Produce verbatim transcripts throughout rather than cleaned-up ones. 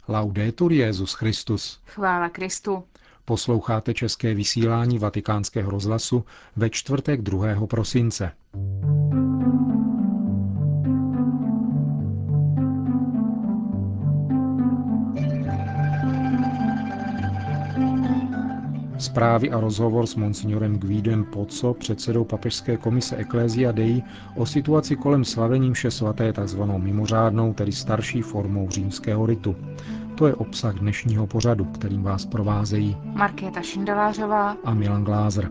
Laudetur Jesus Christus. Chvála Kristu. Posloucháte české vysílání Vatikánského rozhlasu ve čtvrtek druhého prosince. Zprávy a rozhovor s monsignorem Guidem Pozzo, předsedou papežské komise Ecclesia Dei, o situaci kolem slavení mše svaté, takzvanou mimořádnou, tedy starší formou římského ritu. To je obsah dnešního pořadu, kterým vás provázejí Markéta Šindelářová a Milan Glázer.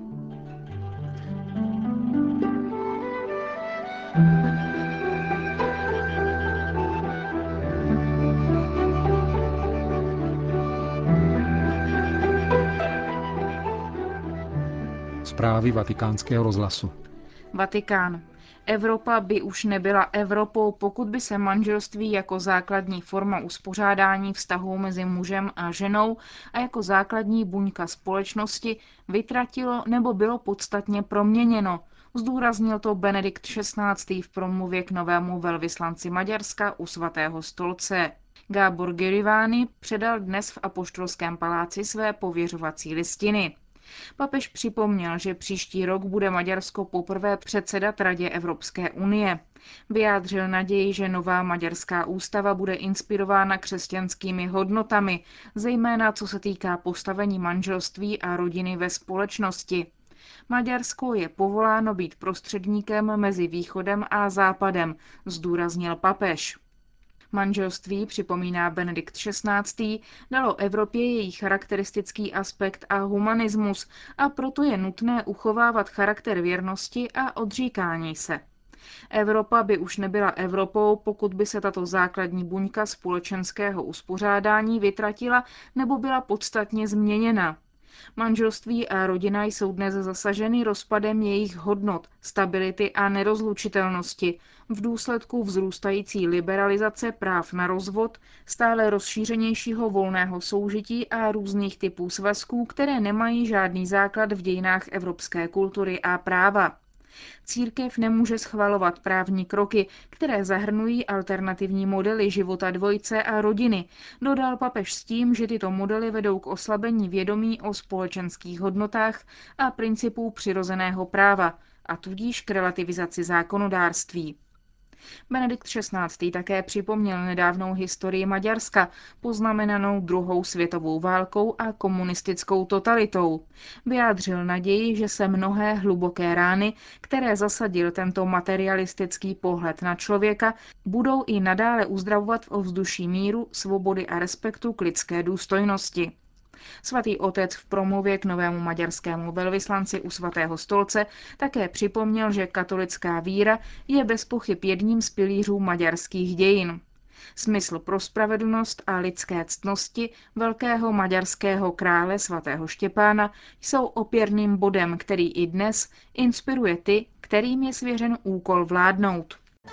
Zprávy Vatikánského rozhlasu. Vatikán. Evropa by už nebyla Evropou, pokud by se manželství jako základní forma uspořádání vztahů mezi mužem a ženou a jako základní buňka společnosti vytratilo nebo bylo podstatně proměněno. Zdůraznil to Benedikt šestnáctý. V promluvě k novému velvyslanci Maďarska u svatého stolce. Gábor Gyuriványi předal dnes v Apoštolském paláci své pověřovací listiny. Papež připomněl, že příští rok bude Maďarsko poprvé předsedat Radě Evropské unie. Vyjádřil naději, že nová maďarská ústava bude inspirována křesťanskými hodnotami, zejména co se týká postavení manželství a rodiny ve společnosti. Maďarsko je povoláno být prostředníkem mezi východem a západem, zdůraznil papež. Manželství, připomíná Benedikt šestnáctý. dalo Evropě její charakteristický aspekt a humanismus a proto je nutné uchovávat charakter věrnosti a odříkání se. Evropa by už nebyla Evropou, pokud by se tato základní buňka společenského uspořádání vytratila nebo byla podstatně změněna. Manželství a rodina jsou dnes zasaženy rozpadem jejich hodnot, stability a nerozlučitelnosti v důsledku vzrůstající liberalizace práv na rozvod, stále rozšířenějšího volného soužití a různých typů svazků, které nemají žádný základ v dějinách evropské kultury a práva. Církev nemůže schvalovat právní kroky, které zahrnují alternativní modely života dvojice a rodiny, dodal papež s tím, že tyto modely vedou k oslabení vědomí o společenských hodnotách a principů přirozeného práva, a tudíž k relativizaci zákonodárství. Benedikt šestnáctý. také připomněl nedávnou historii Maďarska, poznamenanou druhou světovou válkou a komunistickou totalitou. Vyjádřil naději, že se mnohé hluboké rány, které zasadil tento materialistický pohled na člověka, budou i nadále uzdravovat v ovzduší míru, svobody a respektu k lidské důstojnosti. Svatý otec v promluvě k novému maďarskému velvyslanci u svatého stolce také připomněl, že katolická víra je bez pochyb jedním z pilířů maďarských dějin. Smysl pro spravedlnost a lidské ctnosti velkého maďarského krále svatého Štěpána jsou opěrným bodem, který i dnes inspiruje ty, kterým je svěřen úkol vládnout.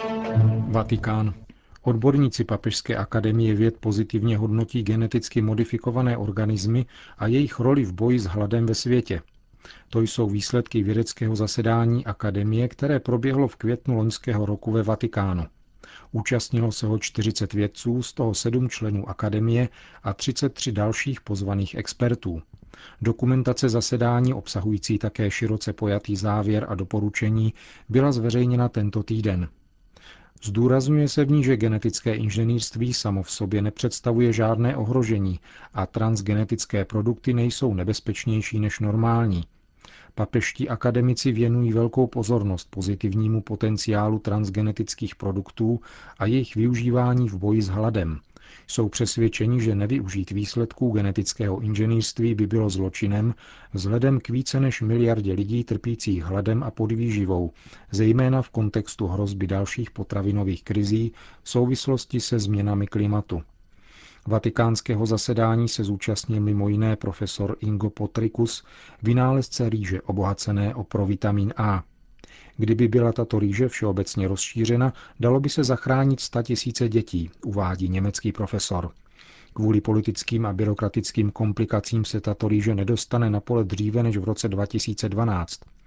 Vatikán. Odborníci Papežské akademie věd pozitivně hodnotí geneticky modifikované organismy a jejich roli v boji s hladem ve světě. To jsou výsledky vědeckého zasedání akademie, které proběhlo v květnu loňského roku ve Vatikánu. Účastnilo se ho čtyřicet vědců, z toho sedm členů akademie a třicet tři dalších pozvaných expertů. Dokumentace zasedání, obsahující také široce pojatý závěr a doporučení, byla zveřejněna tento týden. Zdůrazňuje se v ní, že genetické inženýrství samo v sobě nepředstavuje žádné ohrožení a transgenetické produkty nejsou nebezpečnější než normální. Papežští akademici věnují velkou pozornost pozitivnímu potenciálu transgenetických produktů a jejich využívání v boji s hladem. Jsou přesvědčeni, že nevyužít výsledků genetického inženýrství by bylo zločinem vzhledem k více než miliardě lidí trpících hladem a podvýživou, zejména v kontextu hrozby dalších potravinových krizí v souvislosti se změnami klimatu. Vatikánského zasedání se zúčastnil mimo jiné profesor Ingo Potricus, vynálezce rýže obohacené o provitamin A. Kdyby byla tato rýže všeobecně rozšířena, dalo by se zachránit statisíce dětí, uvádí německý profesor. Kvůli politickým a byrokratickým komplikacím se tato rýže nedostane na pole dříve než v roce dva tisíce dvanáct.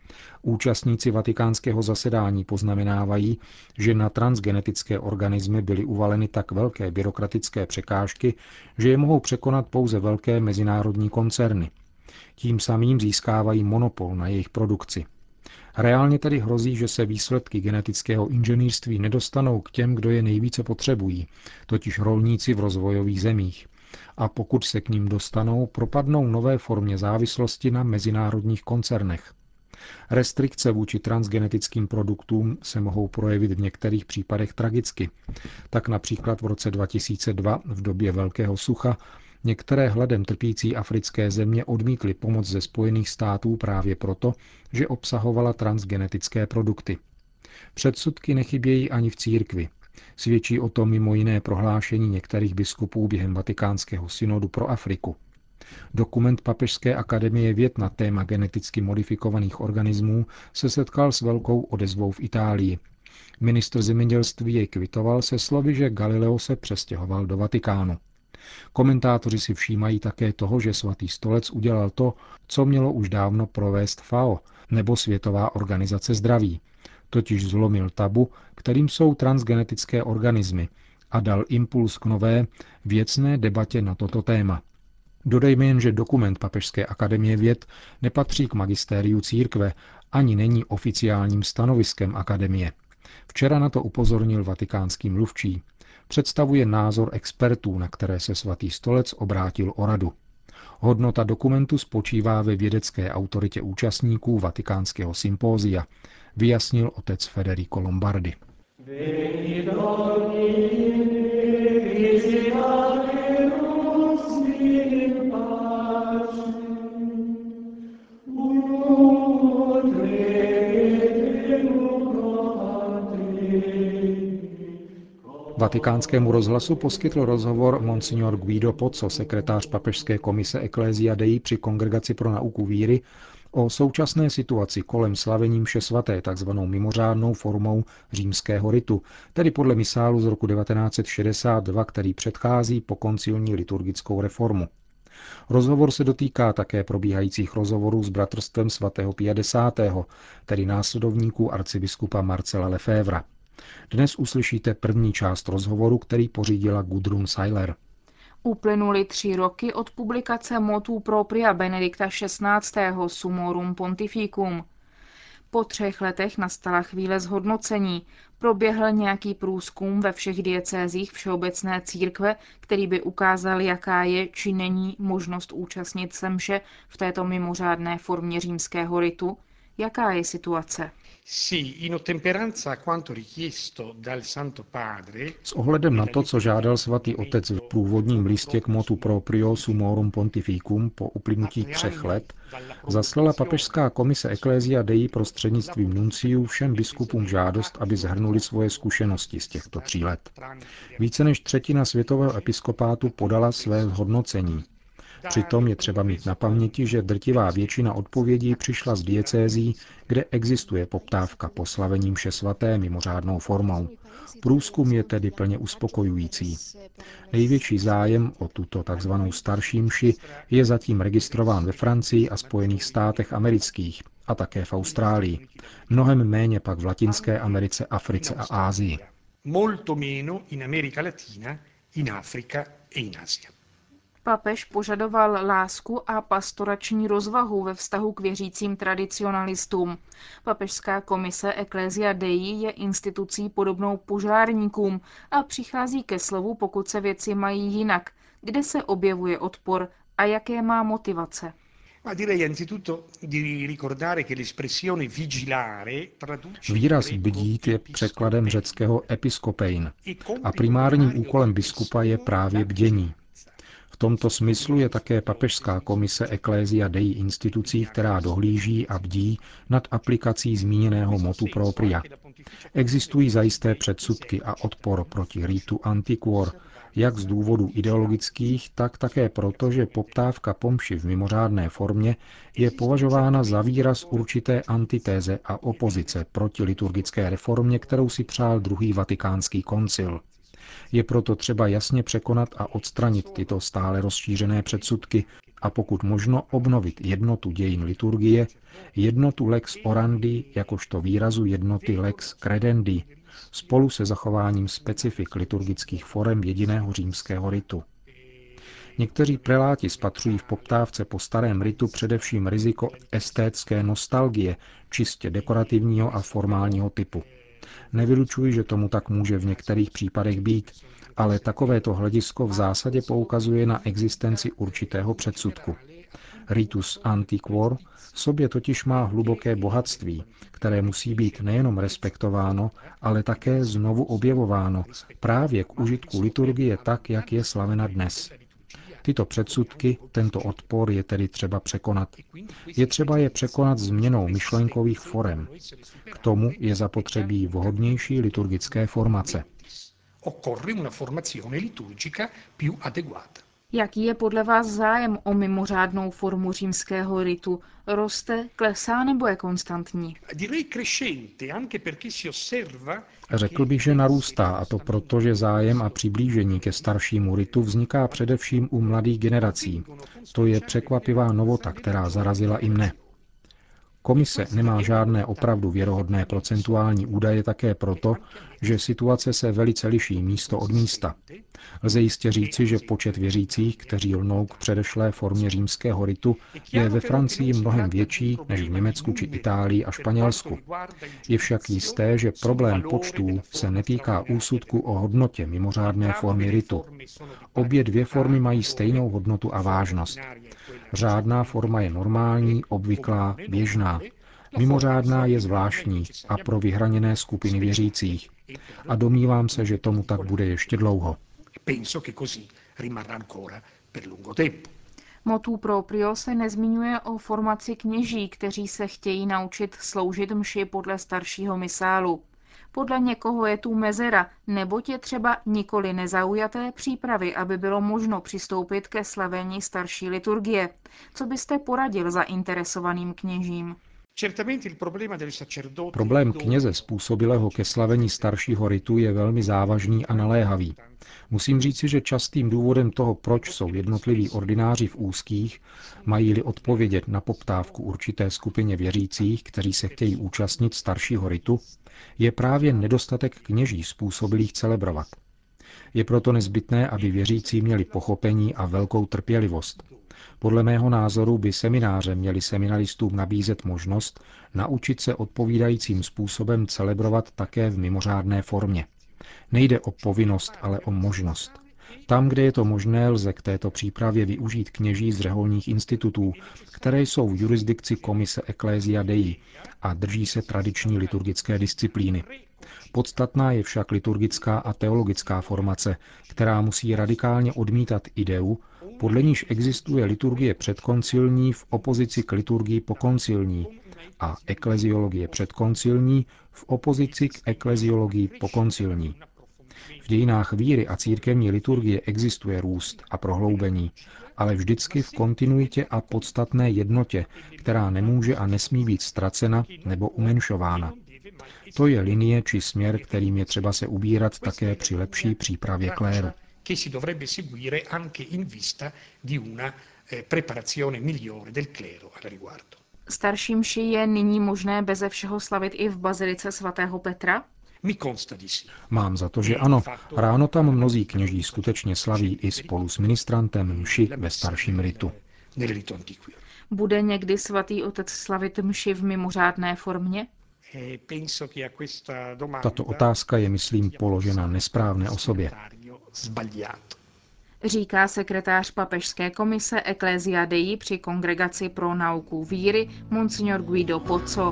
Účastníci vatikánského zasedání poznamenávají, že na transgenetické organismy byly uvaleny tak velké byrokratické překážky, že je mohou překonat pouze velké mezinárodní koncerny. Tím samým získávají monopol na jejich produkci. Reálně tedy hrozí, že se výsledky genetického inženýrství nedostanou k těm, kdo je nejvíce potřebují, totiž rolníci v rozvojových zemích. A pokud se k ním dostanou, propadnou nové formě závislosti na mezinárodních koncernech. Restrikce vůči transgenetickým produktům se mohou projevit v některých případech tragicky. Tak například v roce dva tisíce dva v době velkého sucha některé hladem trpící africké země odmítly pomoc ze Spojených států právě proto, že obsahovala transgenetické produkty. Předsudky nechybějí ani v církvi. Svědčí o tom mimo jiné prohlášení některých biskupů během vatikánského synodu pro Afriku. Dokument Papežské akademie věd na téma geneticky modifikovaných organismů se setkal s velkou odezvou v Itálii. Ministr zemědělství jej kvitoval se slovy, že Galileo se přestěhoval do Vatikánu. Komentátoři si všímají také toho, že svatý stolec udělal to, co mělo už dávno provést F A O nebo Světová organizace zdraví, totiž zlomil tabu, kterým jsou transgenetické organismy, a dal impuls k nové, věcné debatě na toto téma. Dodejme jen, že dokument Papežské akademie věd nepatří k magistériu církve, ani není oficiálním stanoviskem akademie. Včera na to upozornil vatikánský mluvčí. Představuje názor expertů, na které se svatý stolec obrátil o radu. Hodnota dokumentu spočívá ve vědecké autoritě účastníků vatikánského sympózia, vyjasnil otec Federico Lombardi. Vatikánskému rozhlasu poskytl rozhovor monsignor Guido Pozzo, sekretář papežské komise Ecclesia Dei při Kongregaci pro nauku víry, o současné situaci kolem slavení mše svaté, takzvanou mimořádnou formou římského ritu, tedy podle misálu z roku devatenáct set šedesát dva, který předchází pokoncilní liturgickou reformu. Rozhovor se dotýká také probíhajících rozhovorů s bratrstvem svatého Pia desátého, tedy následovníků arcibiskupa Marcela Lefevra. Dnes uslyšíte první část rozhovoru, který pořídila Gudrun Seiler. Uplynuly tři roky od publikace motu propria Benedikta šestnáctého. Summorum Pontificum. Po třech letech nastala chvíle zhodnocení. Proběhl nějaký průzkum ve všech diecézích všeobecné církve, který by ukázal, jaká je či není možnost účastnit se mše v této mimořádné formě římského ritu? Jaká je situace? S ohledem na to, co žádal svatý otec v průvodním listě k motu proprio Summorum Pontificum po uplynutí třech let, zaslala papežská komise Ecclesia Dei prostřednictvím nunciů všem biskupům žádost, aby shrnuli svoje zkušenosti z těchto tří let. Více než třetina světového episkopátu podala své hodnocení. Přitom je třeba mít na paměti, že drtivá většina odpovědí přišla z diecézí, kde existuje poptávka po slavení mše svaté mimořádnou formou. Průzkum je tedy plně uspokojující. Největší zájem o tuto takzvanou starší mši je zatím registrován ve Francii a Spojených státech amerických a také v Austrálii. Mnohem méně pak v Latinské Americe, Africe a Asii. Molto meno in America Latina, in Africa e in Asia. Papež požadoval lásku a pastorační rozvahu ve vztahu k věřícím tradicionalistům. Papežská komise Ecclesia Dei je institucí podobnou požárníkům a přichází ke slovu, pokud se věci mají jinak, kde se objevuje odpor a jaké má motivace. Výraz bdít je překladem řeckého episkopein a primárním úkolem biskupa je právě bdění. V tomto smyslu je také papežská komise Ecclesia Dei institucí, která dohlíží a bdí nad aplikací zmíněného motu propria. Existují zajisté předsudky a odpor proti ritu antiquor, jak z důvodů ideologických, tak také proto, že poptávka po mši v mimořádné formě je považována za výraz určité antitéze a opozice proti liturgické reformě, kterou si přál druhý vatikánský koncil. Je proto třeba jasně překonat a odstranit tyto stále rozšířené předsudky, a pokud možno obnovit jednotu dějin liturgie, jednotu lex orandi jakožto výrazu jednoty lex credendi, spolu se zachováním specifik liturgických forem jediného římského ritu. Někteří preláti spatřují v poptávce po starém ritu především riziko estétské nostalgie, čistě dekorativního a formálního typu. Nevylučuji, že tomu tak může v některých případech být, ale takovéto hledisko v zásadě poukazuje na existenci určitého předsudku. Ritus antiquor v sobě totiž má hluboké bohatství, které musí být nejenom respektováno, ale také znovu objevováno právě k užitku liturgie tak, jak je slavena dnes. Tyto předsudky, tento odpor je tedy třeba překonat. Je třeba je překonat změnou myšlenkových forem. K tomu je zapotřebí vhodnější liturgické formace. Jaký je podle vás zájem o mimořádnou formu římského ritu? Roste, klesá nebo je konstantní? Řekl bych, že narůstá, a to proto, že zájem a přiblížení ke staršímu ritu vzniká především u mladých generací. To je překvapivá novota, která zarazila i mne. Komise nemá žádné opravdu věrohodné procentuální údaje také proto, že situace se velice liší místo od místa. Lze jistě říci, že počet věřících, kteří lnou k předešlé formě římského ritu, je ve Francii mnohem větší než v Německu či Itálii a Španělsku. Je však jisté, že problém počtů se netýká úsudku o hodnotě mimořádné formy ritu. Obě dvě formy mají stejnou hodnotu a vážnost. Řádná forma je normální, obvyklá, běžná. Mimořádná je zvláštní a pro vyhraněné skupiny věřících. A domnívám se, že tomu tak bude ještě dlouho. Motu proprio se nezmiňuje o formaci kněží, kteří se chtějí naučit sloužit mši podle staršího misálu. Podle někoho je tu mezera, neboť je třeba nikoli nezaujaté přípravy, aby bylo možno přistoupit ke slavení starší liturgie. Co byste poradil zainteresovaným kněžím? Problém kněze způsobilého ke slavení staršího ritu je velmi závažný a naléhavý. Musím říci, že častým důvodem toho, proč jsou jednotliví ordináři v úzkých, mají-li odpovědět na poptávku určité skupině věřících, kteří se chtějí účastnit staršího ritu, je právě nedostatek kněží způsobilých celebrovat. Je proto nezbytné, aby věřící měli pochopení a velkou trpělivost. Podle mého názoru by semináře měly seminaristům nabízet možnost naučit se odpovídajícím způsobem celebrovat také v mimořádné formě. Nejde o povinnost, ale o možnost. Tam, kde je to možné, lze k této přípravě využít kněží z řeholních institutů, které jsou v jurisdikci komise Ecclesia Dei a drží se tradiční liturgické disciplíny. Podstatná je však liturgická a teologická formace, která musí radikálně odmítat ideu, podle níž existuje liturgie předkoncilní v opozici k liturgii pokoncilní a ekleziologie předkoncilní v opozici k ekleziologii pokoncilní. V dějinách víry a církevní liturgie existuje růst a prohloubení, ale vždycky v kontinuitě a podstatné jednotě, která nemůže a nesmí být ztracena nebo umenšována. To je linie či směr, kterým je třeba se ubírat také při lepší přípravě kléru. Starší mši je nyní možné beze všeho slavit i v bazilice svatého Petra? Mám za to, že ano. Ráno tam mnozí kněží skutečně slaví i spolu s ministrantem mši ve starším ritu. Bude někdy svatý otec slavit mši v mimořádné formě? Tato otázka je, myslím, položena nesprávné osobě. Říká sekretář papežské komise Ecclesia Dei při Kongregaci pro nauku víry Monsignor Guido Pozzo.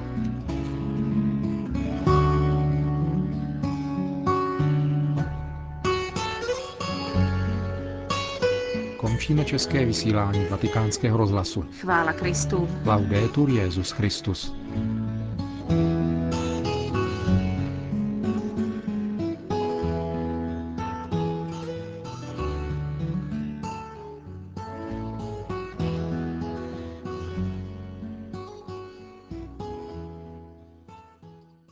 Končíme české vysílání Vatikánského rozhlasu. Chvála Kristu. Laudetur Jesus Christus.